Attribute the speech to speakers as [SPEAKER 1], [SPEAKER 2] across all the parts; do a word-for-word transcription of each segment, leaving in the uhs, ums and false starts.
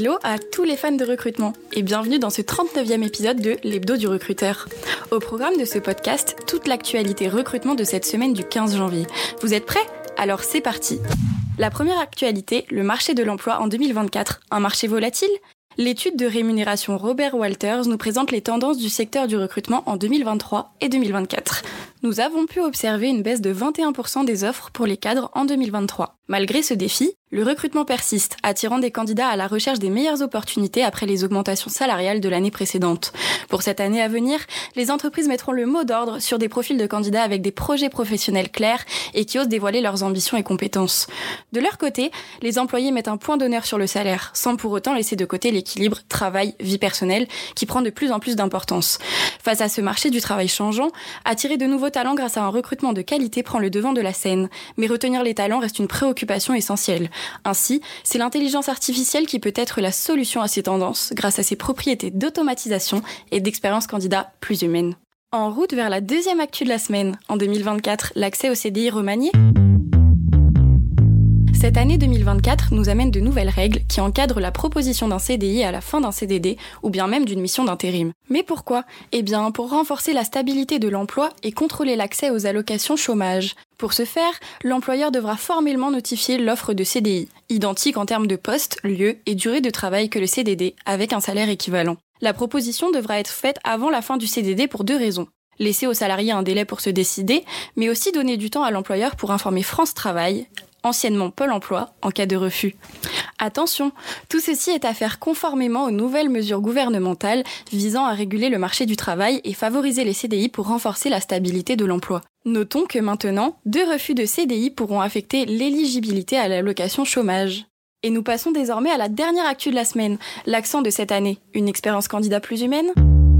[SPEAKER 1] Hello à tous les fans de recrutement et bienvenue dans ce trente-neuvième épisode de l'Hebdo du recruteur. Au programme de ce podcast, toute l'actualité recrutement de cette semaine du quinze janvier. Vous êtes prêts ? Alors c'est parti. La première actualité, le marché de l'emploi en deux mille vingt-quatre. Un marché volatile ? L'étude de rémunération Robert Walters nous présente les tendances du secteur du recrutement en deux mille vingt-trois et deux mille vingt-quatre. Nous avons pu observer une baisse de vingt et un pour cent des offres pour les cadres en deux mille vingt-trois. Malgré ce défi, le recrutement persiste, attirant des candidats à la recherche des meilleures opportunités après les augmentations salariales de l'année précédente. Pour cette année à venir, les entreprises mettront le mot d'ordre sur des profils de candidats avec des projets professionnels clairs et qui osent dévoiler leurs ambitions et compétences. De leur côté, les employés mettent un point d'honneur sur le salaire, sans pour autant laisser de côté l'équilibre travail-vie personnelle qui prend de plus en plus d'importance. Face à ce marché du travail changeant, attirer de nouveaux talents grâce à un recrutement de qualité prend le devant de la scène, mais retenir les talents reste une préoccupation essentielle. Ainsi, c'est l'intelligence artificielle qui peut être la solution à ces tendances grâce à ses propriétés d'automatisation et d'expérience candidat plus humaine. En route vers la deuxième actu de la semaine, en deux mille vingt-quatre, l'accès au C D I remanié ? Cette année deux mille vingt-quatre nous amène de nouvelles règles qui encadrent la proposition d'un C D I à la fin d'un C D D ou bien même d'une mission d'intérim. Mais pourquoi ? Eh bien, pour renforcer la stabilité de l'emploi et contrôler l'accès aux allocations chômage. Pour ce faire, l'employeur devra formellement notifier l'offre de C D I, identique en termes de poste, lieu et durée de travail que le C D D, avec un salaire équivalent. La proposition devra être faite avant la fin du C D D pour deux raisons. Laisser aux salariés un délai pour se décider, mais aussi donner du temps à l'employeur pour informer France Travail, anciennement Pôle emploi, en cas de refus. Attention, tout ceci est à faire conformément aux nouvelles mesures gouvernementales visant à réguler le marché du travail et favoriser les C D I pour renforcer la stabilité de l'emploi. Notons que maintenant, deux refus de C D I pourront affecter l'éligibilité à l'allocation chômage. Et nous passons désormais à la dernière actu de la semaine, l'accent de cette année, une expérience candidat plus humaine ?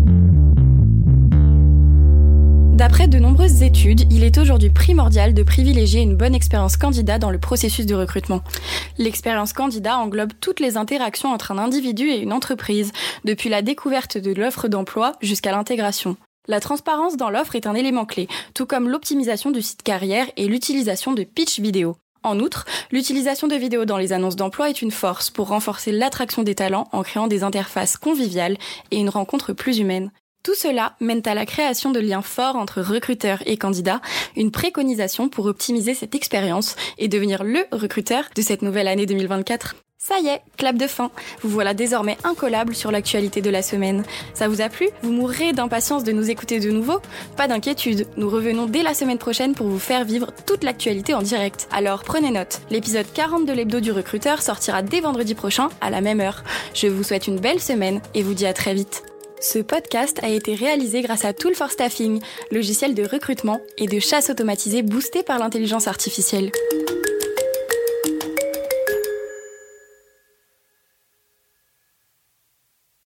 [SPEAKER 1] D'après de nombreuses études, il est aujourd'hui primordial de privilégier une bonne expérience candidat dans le processus de recrutement. L'expérience candidat englobe toutes les interactions entre un individu et une entreprise, depuis la découverte de l'offre d'emploi jusqu'à l'intégration. La transparence dans l'offre est un élément clé, tout comme l'optimisation du site carrière et l'utilisation de pitch vidéo. En outre, l'utilisation de vidéos dans les annonces d'emploi est une force pour renforcer l'attraction des talents en créant des interfaces conviviales et une rencontre plus humaine. Tout cela mène à la création de liens forts entre recruteurs et candidats, une préconisation pour optimiser cette expérience et devenir le recruteur de cette nouvelle année deux mille vingt-quatre. Ça y est, clap de fin. Vous voilà désormais incollable sur l'actualité de la semaine. Ça vous a plu ? Vous mourrez d'impatience de nous écouter de nouveau ? Pas d'inquiétude, nous revenons dès la semaine prochaine pour vous faire vivre toute l'actualité en direct. Alors prenez note, l'épisode quarante de l'Hebdo du recruteur sortira dès vendredi prochain à la même heure. Je vous souhaite une belle semaine et vous dis à très vite. Ce podcast a été réalisé grâce à Tool for Staffing, logiciel de recrutement et de chasse automatisé boosté par l'intelligence artificielle.